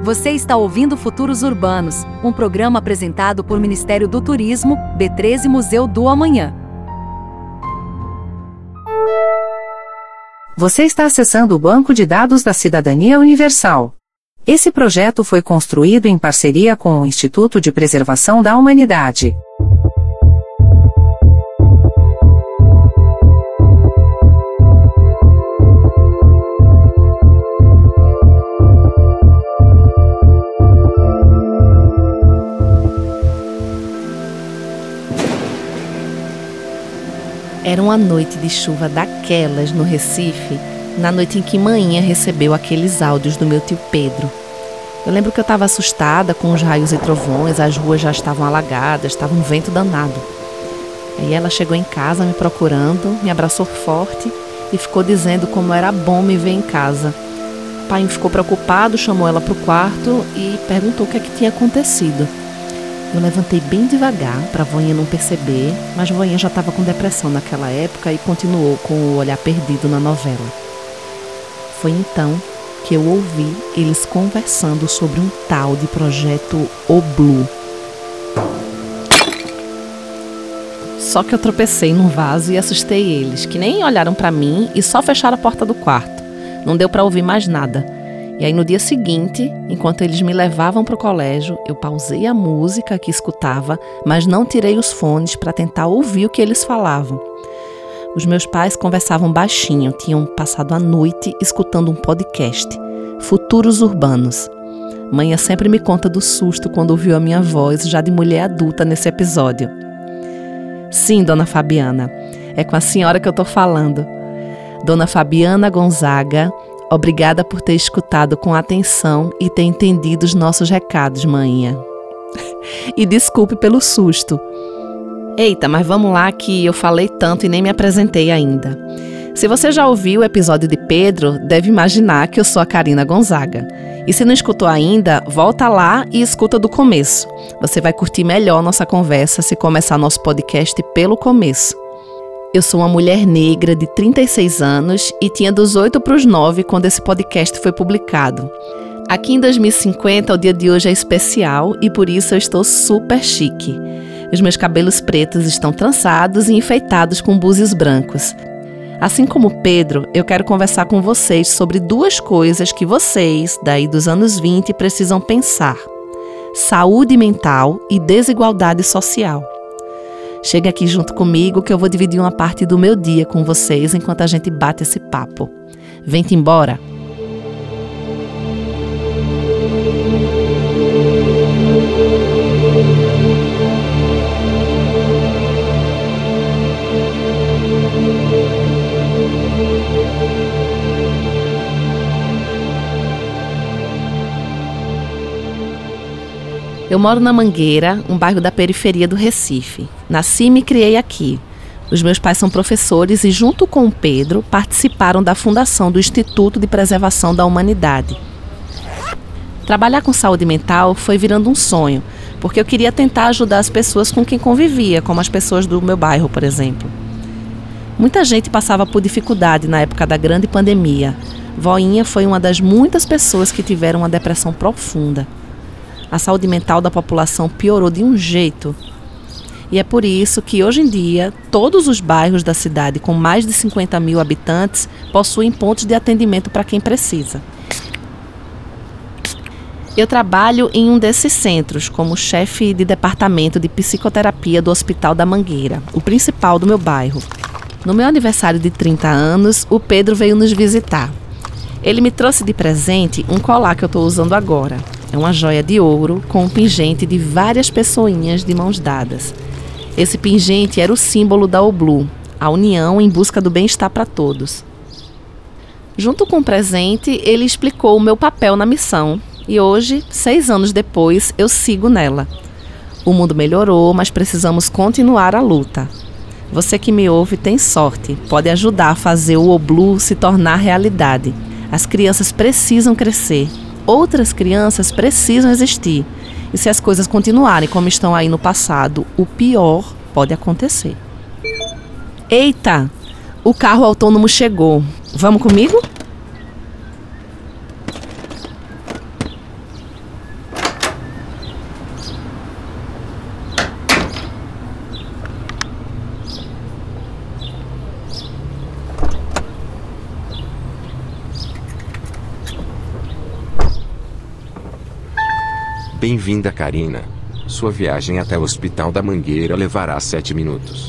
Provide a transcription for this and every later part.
Você está ouvindo Futuros Urbanos, um programa apresentado por Ministério do Turismo, B13 Museu do Amanhã. Você está acessando o Banco de Dados da Cidadania Universal. Esse projeto foi construído em parceria com o Instituto de Preservação da Humanidade. Era uma noite de chuva daquelas no Recife, na noite em que manhã recebeu aqueles áudios do meu tio Pedro. Eu lembro que eu estava assustada com os raios e trovões, as ruas já estavam alagadas, estava um vento danado. Aí ela chegou em casa me procurando, me abraçou forte e ficou dizendo como era bom me ver em casa. O pai ficou preocupado, chamou ela para o quarto e perguntou o que é que tinha acontecido. Eu levantei bem devagar para a voinha não perceber, mas a voinha já estava com depressão naquela época e continuou com o olhar perdido na novela. Foi então que eu ouvi eles conversando sobre um tal de projeto Oblu. Só que eu tropecei num vaso e assustei eles, que nem olharam para mim e só fecharam a porta do quarto. Não deu para ouvir mais nada. E aí no dia seguinte, enquanto eles me levavam para o colégio, eu pausei a música que escutava, mas não tirei os fones para tentar ouvir o que eles falavam. Os meus pais conversavam baixinho, tinham passado a noite escutando um podcast, Futuros Urbanos. Mãe sempre me conta do susto quando ouviu a minha voz já de mulher adulta nesse episódio. Sim, dona Fabiana, é com a senhora que eu estou falando. Dona Fabiana Gonzaga, obrigada por ter escutado com atenção e ter entendido os nossos recados, manhã. E desculpe pelo susto. Eita, mas vamos lá que eu falei tanto e nem me apresentei ainda. Se você já ouviu o episódio de Pedro, deve imaginar que eu sou a Karina Gonzaga. E se não escutou ainda, volta lá e escuta do começo. Você vai curtir melhor nossa conversa se começar nosso podcast pelo começo. Eu sou uma mulher negra de 36 anos e tinha dos 8 para os 9 quando esse podcast foi publicado. Aqui em 2050, o dia de hoje é especial e por isso eu estou super chique. Os meus cabelos pretos estão trançados e enfeitados com búzios brancos. Assim como Pedro, eu quero conversar com vocês sobre duas coisas que vocês, daí dos anos 20, precisam pensar: saúde mental e desigualdade social. Chegue aqui junto comigo que eu vou dividir uma parte do meu dia com vocês enquanto a gente bate esse papo. Vem-te embora! Eu moro na Mangueira, um bairro da periferia do Recife. Nasci e me criei aqui. Os meus pais são professores e, junto com o Pedro, participaram da fundação do Instituto de Preservação da Humanidade. Trabalhar com saúde mental foi virando um sonho, porque eu queria tentar ajudar as pessoas com quem convivia, como as pessoas do meu bairro, por exemplo. Muita gente passava por dificuldade na época da grande pandemia. Voinha foi uma das muitas pessoas que tiveram uma depressão profunda. A saúde mental da população piorou de um jeito. E é por isso que, hoje em dia, todos os bairros da cidade com mais de 50 mil habitantes possuem pontos de atendimento para quem precisa. Eu trabalho em um desses centros como chefe de departamento de psicoterapia do Hospital da Mangueira, o principal do meu bairro. No meu aniversário de 30 anos, o Pedro veio nos visitar. Ele me trouxe de presente um colar que eu estou usando agora. É uma joia de ouro com um pingente de várias pessoinhas de mãos dadas. Esse pingente era o símbolo da Oblu, a união em busca do bem-estar para todos. Junto com o presente, ele explicou o meu papel na missão e hoje, 6 anos depois, eu sigo nela. O mundo melhorou, mas precisamos continuar a luta. Você que me ouve tem sorte, pode ajudar a fazer o Oblu se tornar realidade. As crianças precisam crescer. Outras crianças precisam existir. E se as coisas continuarem como estão aí no passado, o pior pode acontecer. Eita! O carro autônomo chegou. Vamos comigo? Bem-vinda, Karina. Sua viagem até o Hospital da Mangueira levará 7 minutos.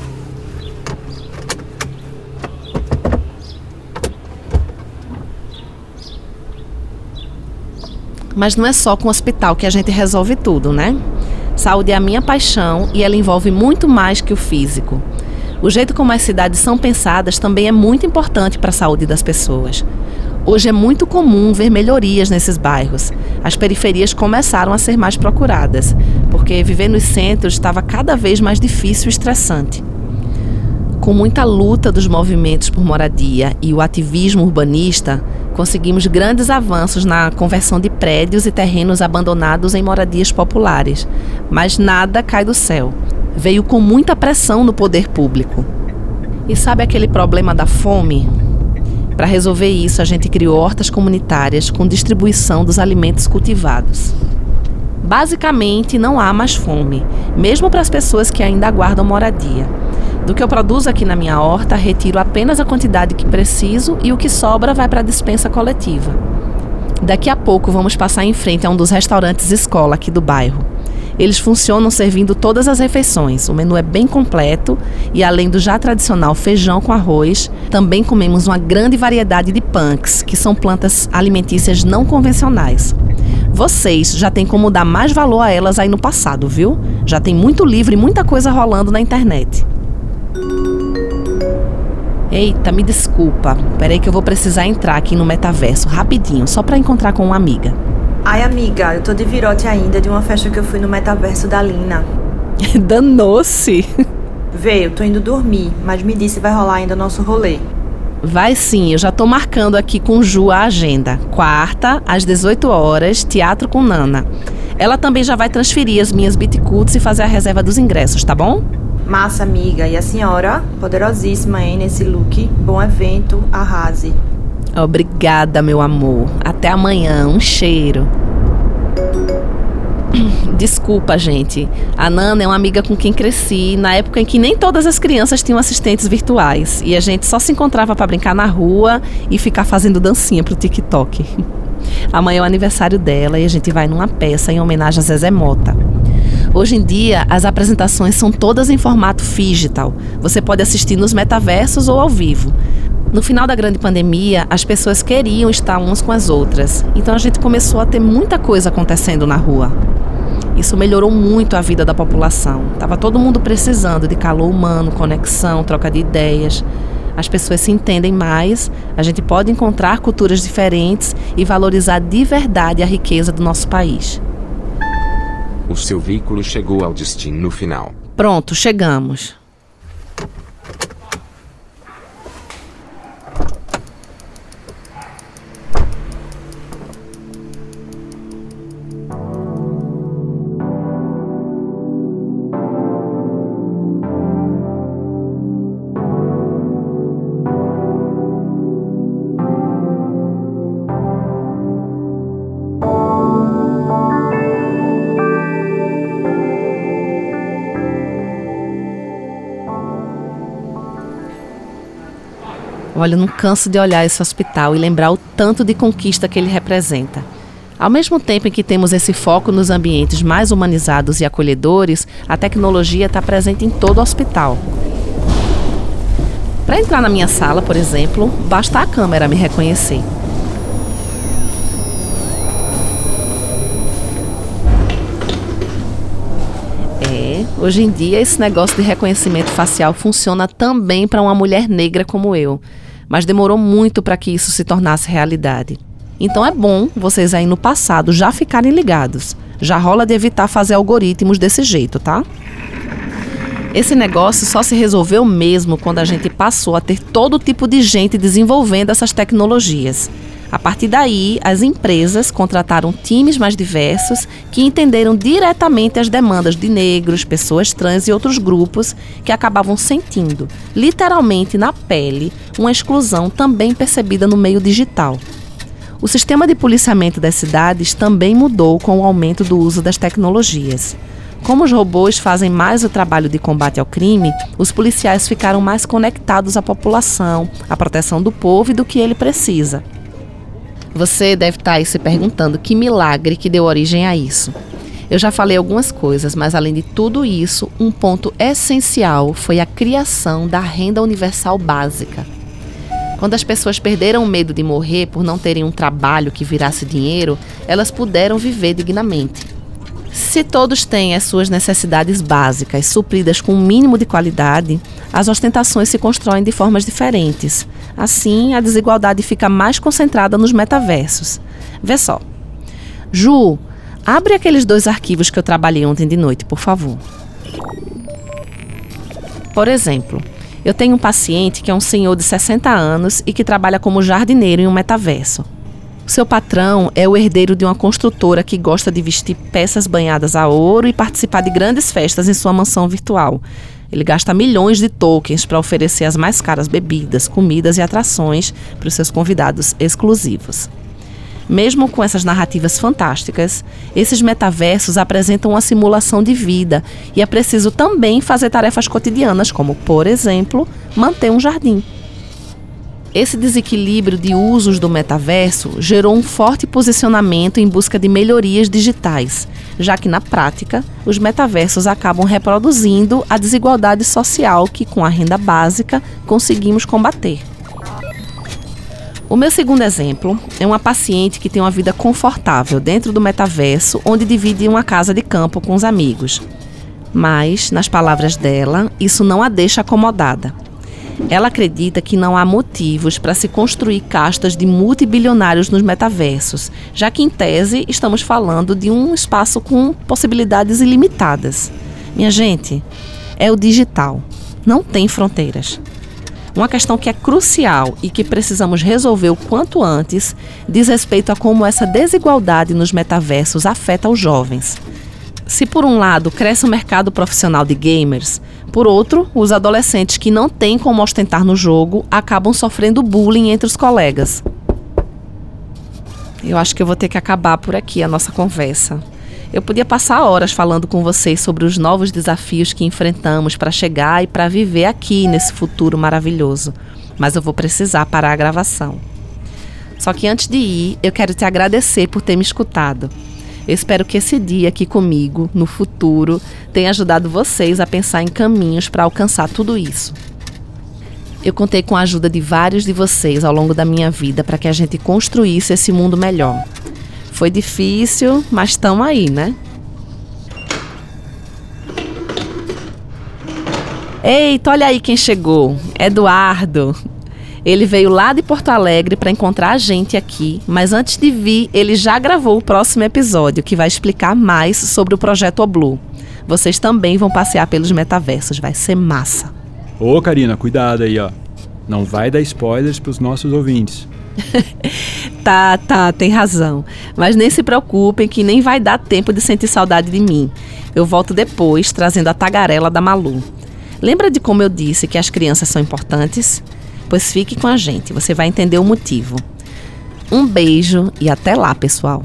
Mas não é só com o hospital que a gente resolve tudo, né? Saúde é a minha paixão e ela envolve muito mais que o físico. O jeito como as cidades são pensadas também é muito importante para a saúde das pessoas. Hoje é muito comum ver melhorias nesses bairros. As periferias começaram a ser mais procuradas, porque viver nos centros estava cada vez mais difícil e estressante. Com muita luta dos movimentos por moradia e o ativismo urbanista, conseguimos grandes avanços na conversão de prédios e terrenos abandonados em moradias populares. Mas nada cai do céu. Veio com muita pressão no poder público. E sabe aquele problema da fome? Para resolver isso, a gente criou hortas comunitárias com distribuição dos alimentos cultivados. Basicamente, não há mais fome, mesmo para as pessoas que ainda aguardam moradia. Do que eu produzo aqui na minha horta, retiro apenas a quantidade que preciso e o que sobra vai para a despensa coletiva. Daqui a pouco vamos passar em frente a um dos restaurantes escola aqui do bairro. Eles funcionam servindo todas as refeições. O menu é bem completo e, além do já tradicional feijão com arroz, também comemos uma grande variedade de punks, que são plantas alimentícias não convencionais. Vocês já têm como dar mais valor a elas aí no passado, viu? Já tem muito livro e muita coisa rolando na internet. Eita, me desculpa. Peraí que eu vou precisar entrar aqui no metaverso rapidinho, só para encontrar com uma amiga. Ai, amiga, eu tô de virote ainda de uma festa que eu fui no metaverso da Lina. Danou-se. Vê, eu tô indo dormir, mas me disse se vai rolar ainda o nosso rolê. Vai sim, eu já tô marcando aqui com Ju a agenda. Quarta, às 18 horas, teatro com Nana. Ela também já vai transferir as minhas bitcuts e fazer a reserva dos ingressos, tá bom? Massa, amiga. E a senhora? Poderosíssima, hein, nesse look. Bom evento, arrase. Obrigada, meu amor. Até amanhã. Um cheiro. Desculpa, gente. A Nana é uma amiga com quem cresci na época em que nem todas as crianças tinham assistentes virtuais. E a gente só se encontrava para brincar na rua e ficar fazendo dancinha pro TikTok. Amanhã é o aniversário dela e a gente vai numa peça em homenagem a Zezé Mota. Hoje em dia, as apresentações são todas em formato digital. Você pode assistir nos metaversos ou ao vivo. No final da grande pandemia, as pessoas queriam estar umas com as outras. Então a gente começou a ter muita coisa acontecendo na rua. Isso melhorou muito a vida da população. Estava todo mundo precisando de calor humano, conexão, troca de ideias. As pessoas se entendem mais, a gente pode encontrar culturas diferentes e valorizar de verdade a riqueza do nosso país. O seu veículo chegou ao destino final. Pronto, chegamos. Olha, eu não canso de olhar esse hospital e lembrar o tanto de conquista que ele representa. Ao mesmo tempo em que temos esse foco nos ambientes mais humanizados e acolhedores, a tecnologia está presente em todo o hospital. Para entrar na minha sala, por exemplo, basta a câmera me reconhecer. Hoje em dia esse negócio de reconhecimento facial funciona também para uma mulher negra como eu, mas demorou muito para que isso se tornasse realidade. Então é bom vocês aí no passado já ficarem ligados. Já rola de evitar fazer algoritmos desse jeito, tá? Esse negócio só se resolveu mesmo quando a gente passou a ter todo tipo de gente desenvolvendo essas tecnologias. A partir daí, as empresas contrataram times mais diversos que entenderam diretamente as demandas de negros, pessoas trans e outros grupos que acabavam sentindo, literalmente na pele, uma exclusão também percebida no meio digital. O sistema de policiamento das cidades também mudou com o aumento do uso das tecnologias. Como os robôs fazem mais o trabalho de combate ao crime, os policiais ficaram mais conectados à população, à proteção do povo e do que ele precisa. Você deve estar aí se perguntando que milagre que deu origem a isso. Eu já falei algumas coisas, mas além de tudo isso, um ponto essencial foi a criação da renda universal básica. Quando as pessoas perderam o medo de morrer por não terem um trabalho que virasse dinheiro, elas puderam viver dignamente. Se todos têm as suas necessidades básicas supridas com um mínimo de qualidade, as ostentações se constroem de formas diferentes. Assim, a desigualdade fica mais concentrada nos metaversos. Vê só. Ju, abre aqueles 2 arquivos que eu trabalhei ontem de noite, por favor. Por exemplo, eu tenho um paciente que é um senhor de 60 anos e que trabalha como jardineiro em um metaverso. Seu patrão é o herdeiro de uma construtora que gosta de vestir peças banhadas a ouro e participar de grandes festas em sua mansão virtual. Ele gasta milhões de tokens para oferecer as mais caras bebidas, comidas e atrações para os seus convidados exclusivos. Mesmo com essas narrativas fantásticas, esses metaversos apresentam uma simulação de vida e é preciso também fazer tarefas cotidianas, como, por exemplo, manter um jardim. Esse desequilíbrio de usos do metaverso gerou um forte posicionamento em busca de melhorias digitais, já que, na prática, os metaversos acabam reproduzindo a desigualdade social que, com a renda básica, conseguimos combater. O meu segundo exemplo é uma paciente que tem uma vida confortável dentro do metaverso, onde divide uma casa de campo com os amigos. Mas, nas palavras dela, isso não a deixa acomodada. Ela acredita que não há motivos para se construir castas de multibilionários nos metaversos, já que, em tese, estamos falando de um espaço com possibilidades ilimitadas. Minha gente, é o digital. Não tem fronteiras. Uma questão que é crucial e que precisamos resolver o quanto antes diz respeito a como essa desigualdade nos metaversos afeta os jovens. Se por um lado cresce o mercado profissional de gamers, por outro, os adolescentes que não têm como ostentar no jogo acabam sofrendo bullying entre os colegas. Eu acho que eu vou ter que acabar por aqui a nossa conversa. Eu podia passar horas falando com vocês sobre os novos desafios que enfrentamos para chegar e para viver aqui nesse futuro maravilhoso, mas eu vou precisar parar a gravação. Só que antes de ir, eu quero te agradecer por ter me escutado. Eu espero que esse dia aqui comigo, no futuro, tenha ajudado vocês a pensar em caminhos para alcançar tudo isso. Eu contei com a ajuda de vários de vocês ao longo da minha vida para que a gente construísse esse mundo melhor. Foi difícil, mas estamos aí, né? Eita, olha aí quem chegou. Eduardo. Ele veio lá de Porto Alegre para encontrar a gente aqui, mas antes de vir, ele já gravou o próximo episódio, que vai explicar mais sobre o Projeto Oblu. Vocês também vão passear pelos metaversos, vai ser massa. Ô, Karina, cuidado aí, ó. Não vai dar spoilers pros nossos ouvintes. Tá, tem razão. Mas nem se preocupem que nem vai dar tempo de sentir saudade de mim. Eu volto depois, trazendo a tagarela da Malu. Lembra de como eu disse que as crianças são importantes? Pois fique com a gente, você vai entender o motivo. Um beijo e até lá, pessoal.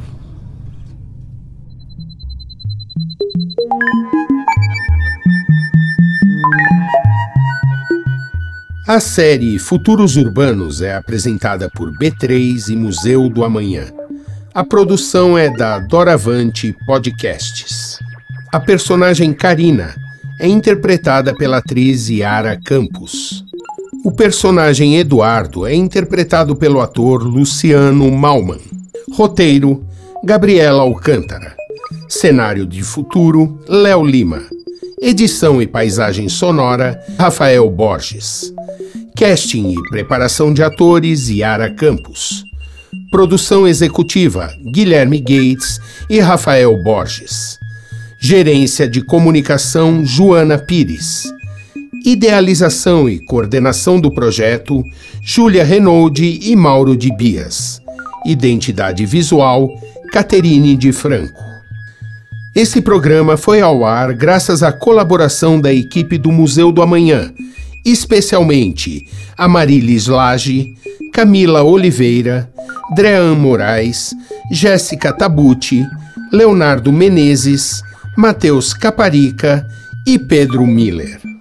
A série Futuros Urbanos é apresentada por B3 e Museu do Amanhã. A produção é da Doravante Podcasts. A personagem Karina é interpretada pela atriz Yara Campos. O personagem Eduardo é interpretado pelo ator Luciano Malman. Roteiro, Gabriela Alcântara. Cenário de futuro, Léo Lima. Edição e paisagem sonora, Rafael Borges. Casting e preparação de atores, Yara Campos. Produção executiva, Guilherme Gates e Rafael Borges. Gerência de comunicação, Joana Pires. Idealização e coordenação do projeto, Júlia Renaudi e Mauro de Bias. Identidade visual, Caterine de Franco. Esse programa foi ao ar graças à colaboração da equipe do Museu do Amanhã, especialmente a Marilis Lage, Camila Oliveira, Drean Moraes, Jéssica Tabucci, Leonardo Menezes, Matheus Caparica e Pedro Miller.